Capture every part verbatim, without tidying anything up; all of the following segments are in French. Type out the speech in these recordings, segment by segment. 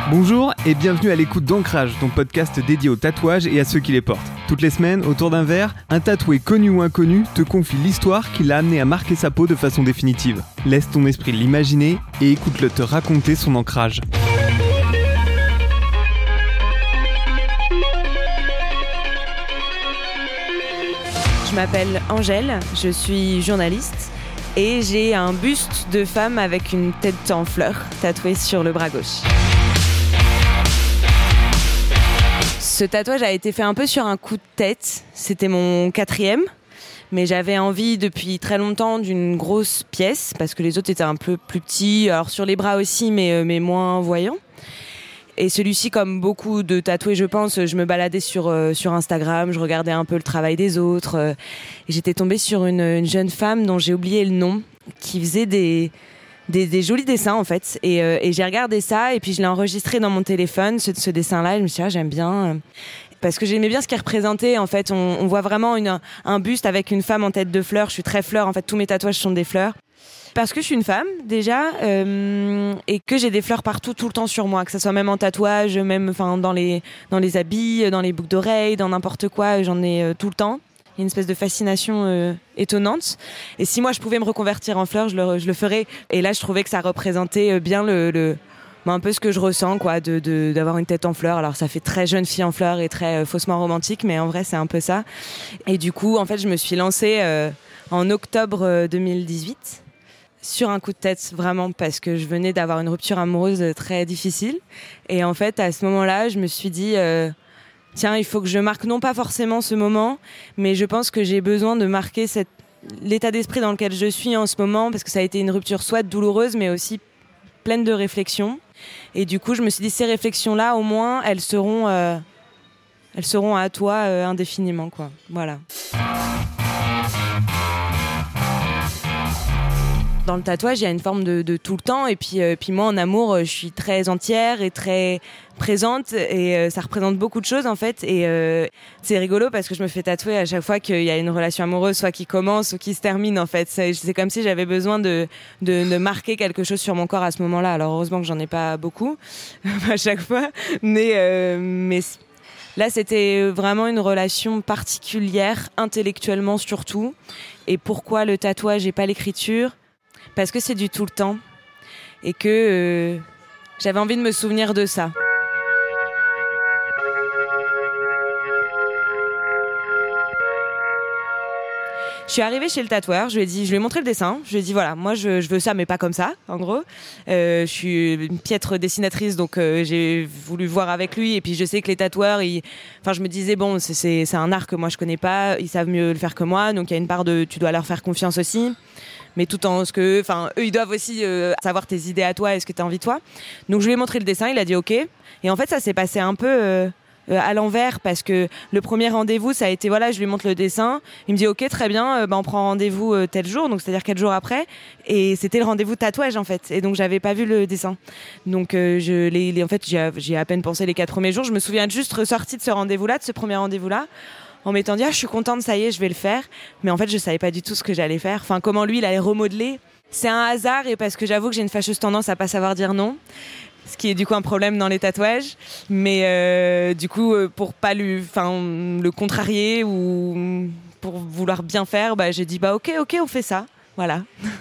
Bonjour et bienvenue à l'écoute d'Ancrage, ton podcast dédié aux tatouages et à ceux qui les portent. Toutes les semaines, autour d'un verre, un tatoué connu ou inconnu te confie l'histoire qui l'a amené à marquer sa peau de façon définitive. Laisse ton esprit l'imaginer et écoute-le te raconter son ancrage. Je m'appelle Angèle, je suis journaliste et j'ai un buste de femme avec une tête en fleurs tatouée sur le bras gauche. Ce tatouage a été fait un peu sur un coup de tête, c'était mon quatrième, mais j'avais envie depuis très longtemps d'une grosse pièce parce que les autres étaient un peu plus petits, alors sur les bras aussi mais, mais moins voyants. Et celui-ci, comme beaucoup de tatoués, je pense, je me baladais sur, euh, sur Instagram, je regardais un peu le travail des autres. Euh, et j'étais tombée sur une, une jeune femme dont j'ai oublié le nom, qui faisait des, des, des jolis dessins, en fait. Et, euh, et j'ai regardé ça, et puis je l'ai enregistré dans mon téléphone, ce, ce dessin-là. Et je me suis dit, ah, j'aime bien. Parce que j'aimais bien ce qu'il représentait. En fait, on, on voit vraiment une, un buste avec une femme en tête de fleurs. Je suis très fleur, en fait, tous mes tatouages sont des fleurs. Parce que je suis une femme déjà euh, et que j'ai des fleurs partout tout le temps sur moi, que ça soit même en tatouage, même enfin dans les dans les habits, dans les boucles d'oreilles, dans n'importe quoi, j'en ai euh, tout le temps. Il y a une espèce de fascination euh, étonnante. Et si moi je pouvais me reconvertir en fleurs, je le je le ferais. Et là je trouvais que ça représentait bien le le ben, un peu ce que je ressens quoi, de de d'avoir une tête en fleurs. Alors ça fait très jeune fille en fleurs et très euh, faussement romantique, mais en vrai c'est un peu ça. Et du coup en fait je me suis lancée euh, en octobre deux mille dix-huit. Sur un coup de tête, vraiment, parce que je venais d'avoir une rupture amoureuse très difficile. Et en fait, à ce moment-là, je me suis dit, euh, tiens, il faut que je marque, non pas forcément ce moment, mais je pense que j'ai besoin de marquer cette, l'état d'esprit dans lequel je suis en ce moment, parce que ça a été une rupture soit douloureuse, mais aussi pleine de réflexions. Et du coup, je me suis dit, ces réflexions-là, au moins, elles seront, euh, elles seront à toi euh, indéfiniment, quoi. Voilà. Dans le tatouage, il y a une forme de, de tout le temps. Et puis, euh, puis moi, en amour, je suis très entière et très présente. Et euh, ça représente beaucoup de choses, en fait. Et euh, c'est rigolo parce que je me fais tatouer à chaque fois qu'il y a une relation amoureuse, soit qui commence ou qui se termine, en fait. C'est, c'est comme si j'avais besoin de, de, de marquer quelque chose sur mon corps à ce moment-là. Alors, heureusement que j'en ai pas beaucoup à chaque fois. Mais, euh, mais là, c'était vraiment une relation particulière, intellectuellement surtout. Et pourquoi le tatouage et pas l'écriture ? Parce que c'est du tout le temps et que euh, j'avais envie de me souvenir de ça. Je suis arrivée chez le tatoueur, je lui ai dit, je lui ai montré le dessin, je lui ai dit voilà, moi je, je veux ça mais pas comme ça, en gros. Euh, je suis une piètre dessinatrice donc euh, j'ai voulu voir avec lui et puis je sais que les tatoueurs, ils... enfin je me disais bon c'est, c'est, c'est un art que moi je connais pas, ils savent mieux le faire que moi donc il y a une part de tu dois leur faire confiance aussi. Mais tout en ce que, enfin, eux, ils doivent aussi euh, savoir tes idées à toi et ce que tu as envie de toi. Donc, je lui ai montré le dessin, il a dit OK. Et en fait, ça s'est passé un peu euh, euh, à l'envers parce que le premier rendez-vous, ça a été, voilà, je lui montre le dessin. Il me dit OK, très bien, euh, bah, on prend rendez-vous euh, tel jour, donc c'est-à-dire quatre jours après. Et c'était le rendez-vous tatouage, en fait. Et donc, j'avais pas vu le dessin. Donc, euh, je, les, les, en fait, j'ai, j'ai à peine pensé les quatre premiers jours. Je me souviens juste ressorti de ce rendez-vous-là, de ce premier rendez-vous-là, en m'étant dit ah je suis contente, ça y est, je vais le faire. Mais en fait, je savais pas du tout ce que j'allais faire. Enfin, comment lui, il allait remodeler. C'est un hasard et parce que j'avoue que j'ai une fâcheuse tendance à pas savoir dire non, ce qui est du coup un problème dans les tatouages. Mais euh, du coup, pour pas lui, enfin, le contrarier ou pour vouloir bien faire, bah j'ai dit bah ok, ok, on fait ça. Voilà.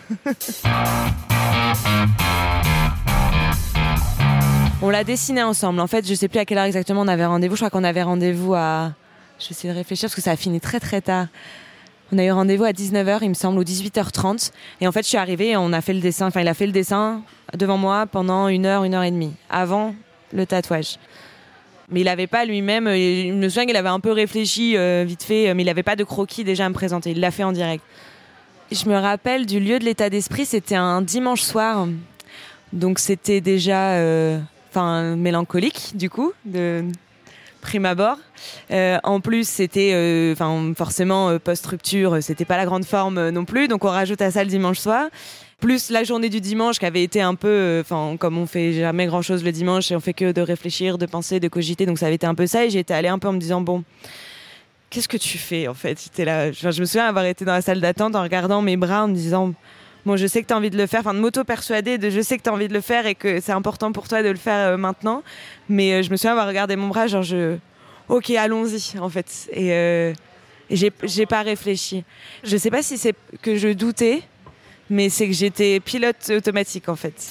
On l'a dessiné ensemble. En fait, je sais plus à quelle heure exactement on avait rendez-vous. Je crois qu'on avait rendez-vous à Je vais essayer de réfléchir parce que ça a fini très très tard. On a eu rendez-vous à dix-neuf heures, il me semble, ou dix-huit heures trente. Et en fait, je suis arrivée et on a fait le dessin. Enfin, il a fait le dessin devant moi pendant une heure, une heure et demie, avant le tatouage. Mais il n'avait pas lui-même... Je me souviens qu'il avait un peu réfléchi euh, vite fait, mais il n'avait pas de croquis déjà à me présenter. Il l'a fait en direct. Je me rappelle du lieu de l'état d'esprit, c'était un dimanche soir. Donc c'était déjà... Euh, enfin, mélancolique, du coup, de... prime abord. Euh, en plus, c'était, enfin, euh, forcément euh, post-rupture, c'était pas la grande forme euh, non plus, donc on rajoute à ça le dimanche soir. Plus la journée du dimanche qui avait été un peu, enfin, euh, comme on fait jamais grand-chose le dimanche et on fait que de réfléchir, de penser, de cogiter, donc ça avait été un peu ça. Et j'étais allée un peu en me disant bon, qu'est-ce que tu fais en fait ? J'étais là, enfin, je me souviens avoir été dans la salle d'attente en regardant mes bras en me disant bon, je sais que tu as envie de le faire, enfin de m'auto-persuader de je sais que tu as envie de le faire et que c'est important pour toi de le faire euh, maintenant. Mais euh, je me souviens avoir regardé mon bras, genre je... Ok, allons-y, en fait. Et, euh, et j'ai, j'ai pas réfléchi. Je sais pas si c'est que je doutais, mais c'est que j'étais pilote automatique, en fait.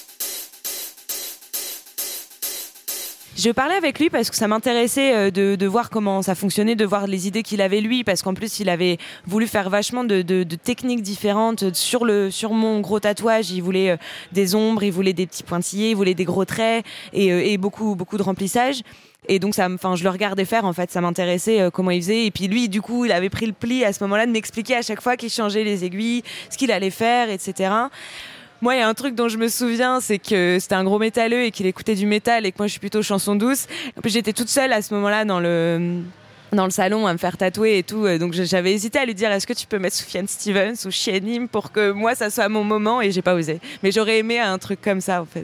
Je parlais avec lui parce que ça m'intéressait de, de voir comment ça fonctionnait, de voir les idées qu'il avait lui, parce qu'en plus il avait voulu faire vachement de, de, de techniques différentes sur, le, sur mon gros tatouage. Il voulait des ombres, il voulait des petits pointillés, il voulait des gros traits et, et beaucoup, beaucoup de remplissage. Et donc ça, enfin, je le regardais faire, en fait, ça m'intéressait euh, comment il faisait. Et puis lui, du coup, il avait pris le pli à ce moment-là de m'expliquer à chaque fois qu'il changeait les aiguilles, ce qu'il allait faire, et cetera. Moi, il y a un truc dont je me souviens, c'est que c'était un gros métalleux et qu'il écoutait du métal et que moi, je suis plutôt chanson douce. En plus, j'étais toute seule à ce moment-là dans le, dans le salon à me faire tatouer et tout. Donc, j'avais hésité à lui dire, est-ce que tu peux mettre Sufjan Stevens ou Shianim pour que moi, ça soit mon moment, et j'ai pas osé. Mais j'aurais aimé un truc comme ça, en fait.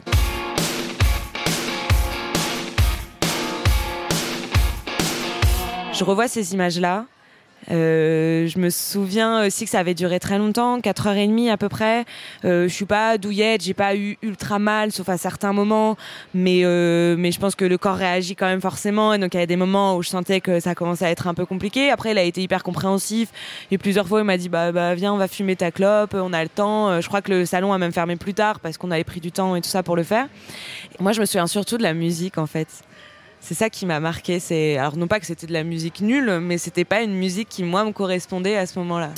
Je revois ces images-là. Euh, je me souviens aussi que ça avait duré très longtemps, quatre heures trente à peu près. Euh, je suis pas douillette, j'ai pas eu ultra mal, sauf à certains moments, mais euh, mais je pense que le corps réagit quand même forcément. Et donc il y a des moments où je sentais que ça commençait à être un peu compliqué. Après, il a été hyper compréhensif. Et plusieurs fois, il m'a dit bah bah viens, on va fumer ta clope, on a le temps. Je crois que le salon a même fermé plus tard parce qu'on avait pris du temps et tout ça pour le faire. Et moi, je me souviens surtout de la musique, en fait. C'est ça qui m'a marqué. C'est... Alors non pas que c'était de la musique nulle, mais c'était pas une musique qui, moi, me correspondait à ce moment-là.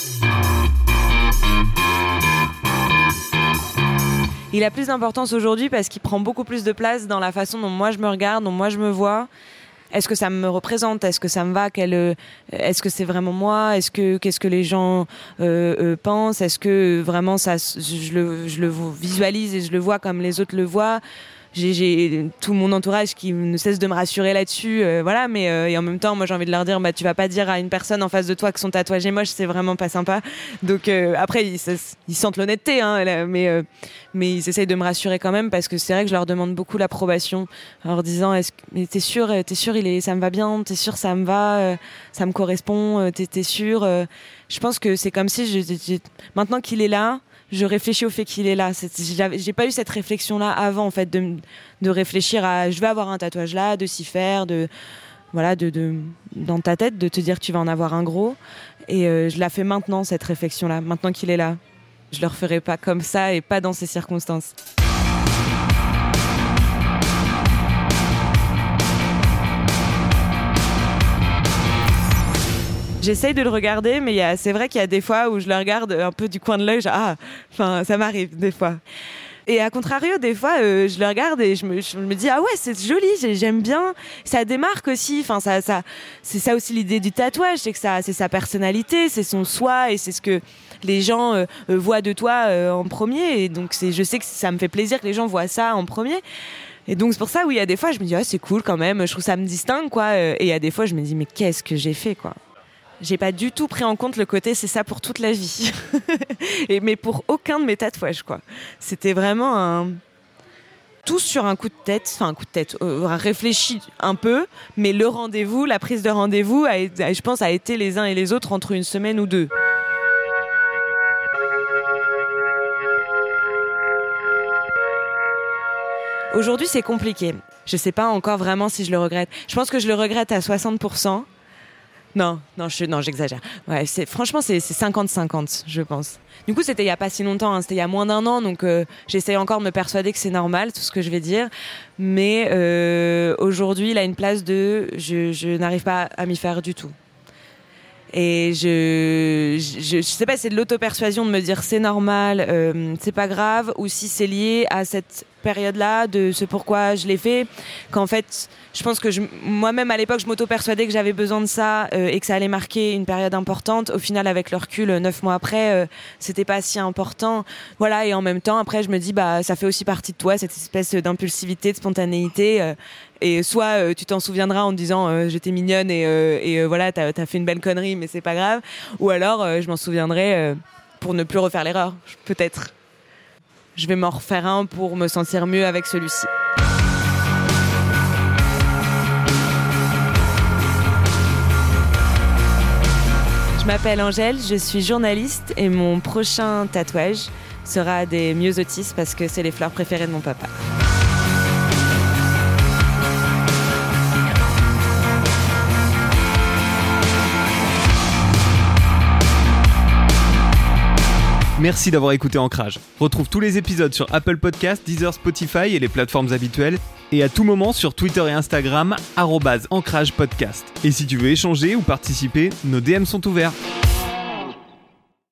Il a plus d'importance aujourd'hui parce qu'il prend beaucoup plus de place dans la façon dont moi je me regarde, dont moi je me vois. Est-ce que ça me représente ? Est-ce que ça me va ? Quel... Est-ce que c'est vraiment moi ? Est-ce que qu'est-ce que les gens euh, euh, pensent ? Est-ce que vraiment ça, je le, je le visualise et je le vois comme les autres le voient ? J'ai, j'ai tout mon entourage qui ne cesse de me rassurer là-dessus, euh, voilà. Mais euh, et en même temps, moi, j'ai envie de leur dire, bah, tu vas pas dire à une personne en face de toi que son tatouage est moche, c'est vraiment pas sympa. Donc euh, après, ils, ils sentent l'honnêteté, hein, là, mais euh, mais ils essayent de me rassurer quand même parce que c'est vrai que je leur demande beaucoup l'approbation, en leur disant, est-ce que mais t'es sûr, t'es sûr, il est, ça me va bien, t'es sûr, ça me va, euh, ça me correspond, t'es, t'es sûr. Euh, je pense que c'est comme si, je, je, maintenant qu'il est là. Je réfléchis au fait qu'il est là. C'est, j'ai pas eu cette réflexion-là avant, en fait, de, de réfléchir à je vais avoir un tatouage là, de s'y faire, de, voilà, de, de, dans ta tête, de te dire que tu vas en avoir un gros. Et euh, je la fais maintenant, cette réflexion-là, maintenant qu'il est là. Je le referai pas comme ça et pas dans ces circonstances. J'essaye de le regarder, mais y a, c'est vrai qu'il y a des fois où je le regarde un peu du coin de l'œil, genre, ah, enfin, ça m'arrive des fois. Et à contrario, des fois, euh, je le regarde et je me, je me dis, ah ouais, c'est joli, j'aime bien. Ça démarque aussi, enfin, ça, ça, c'est ça aussi l'idée du tatouage, c'est que ça, c'est sa personnalité, c'est son soi et c'est ce que les gens euh, voient de toi euh, en premier. Et donc, c'est, je sais que ça me fait plaisir que les gens voient ça en premier. Et donc, c'est pour ça où il y a des fois, je me dis, ah, c'est cool quand même, je trouve ça me distingue, quoi. Et il y a des fois, je me dis, mais qu'est-ce que j'ai fait, quoi. J'ai pas du tout pris en compte le côté c'est ça pour toute la vie. Et, mais pour aucun de mes tatouages, quoi. C'était vraiment un... Tout sur un coup de tête, enfin un coup de tête, euh, réfléchi un peu, mais le rendez-vous, la prise de rendez-vous, a, a, je pense, a été les uns et les autres entre une semaine ou deux. Aujourd'hui, c'est compliqué. Je sais pas encore vraiment si je le regrette. Je pense que je le regrette à soixante pour cent. Non, non, je, non, j'exagère. Ouais, c'est, franchement, c'est, c'est cinquante cinquante, je pense. Du coup, c'était il y a pas si longtemps, hein, c'était il y a moins d'un an, donc euh, j'essaie encore de me persuader que c'est normal, tout ce que je vais dire. Mais euh, aujourd'hui, il a une place de je, je n'arrive pas à m'y faire du tout. Et je, je, je sais pas si c'est de l'auto-persuasion de me dire c'est normal, euh, c'est pas grave, ou si c'est lié à cette période-là, de ce pourquoi je l'ai fait, qu'en fait, je pense que je, moi-même à l'époque, je m'auto-persuadais que j'avais besoin de ça euh, et que ça allait marquer une période importante. Au final, avec le recul, neuf mois après, euh, c'était pas si important. Voilà, et en même temps, après, je me dis, bah, ça fait aussi partie de toi, cette espèce d'impulsivité, de spontanéité. Euh, et soit euh, tu t'en souviendras en te disant, euh, j'étais mignonne et, euh, et euh, voilà, t'as, t'as fait une belle connerie, mais c'est pas grave. Ou alors, euh, je m'en souviendrai euh, pour ne plus refaire l'erreur, peut-être. Je vais m'en refaire un pour me sentir mieux avec celui-ci. Je m'appelle Angèle, je suis journaliste et mon prochain tatouage sera des myosotis parce que c'est les fleurs préférées de mon papa. Merci d'avoir écouté Ancrage. Retrouve tous les épisodes sur Apple Podcasts, Deezer, Spotify et les plateformes habituelles. Et à tout moment sur Twitter et Instagram, arobase Ancrage Podcast. Et si tu veux échanger ou participer, nos D M sont ouverts.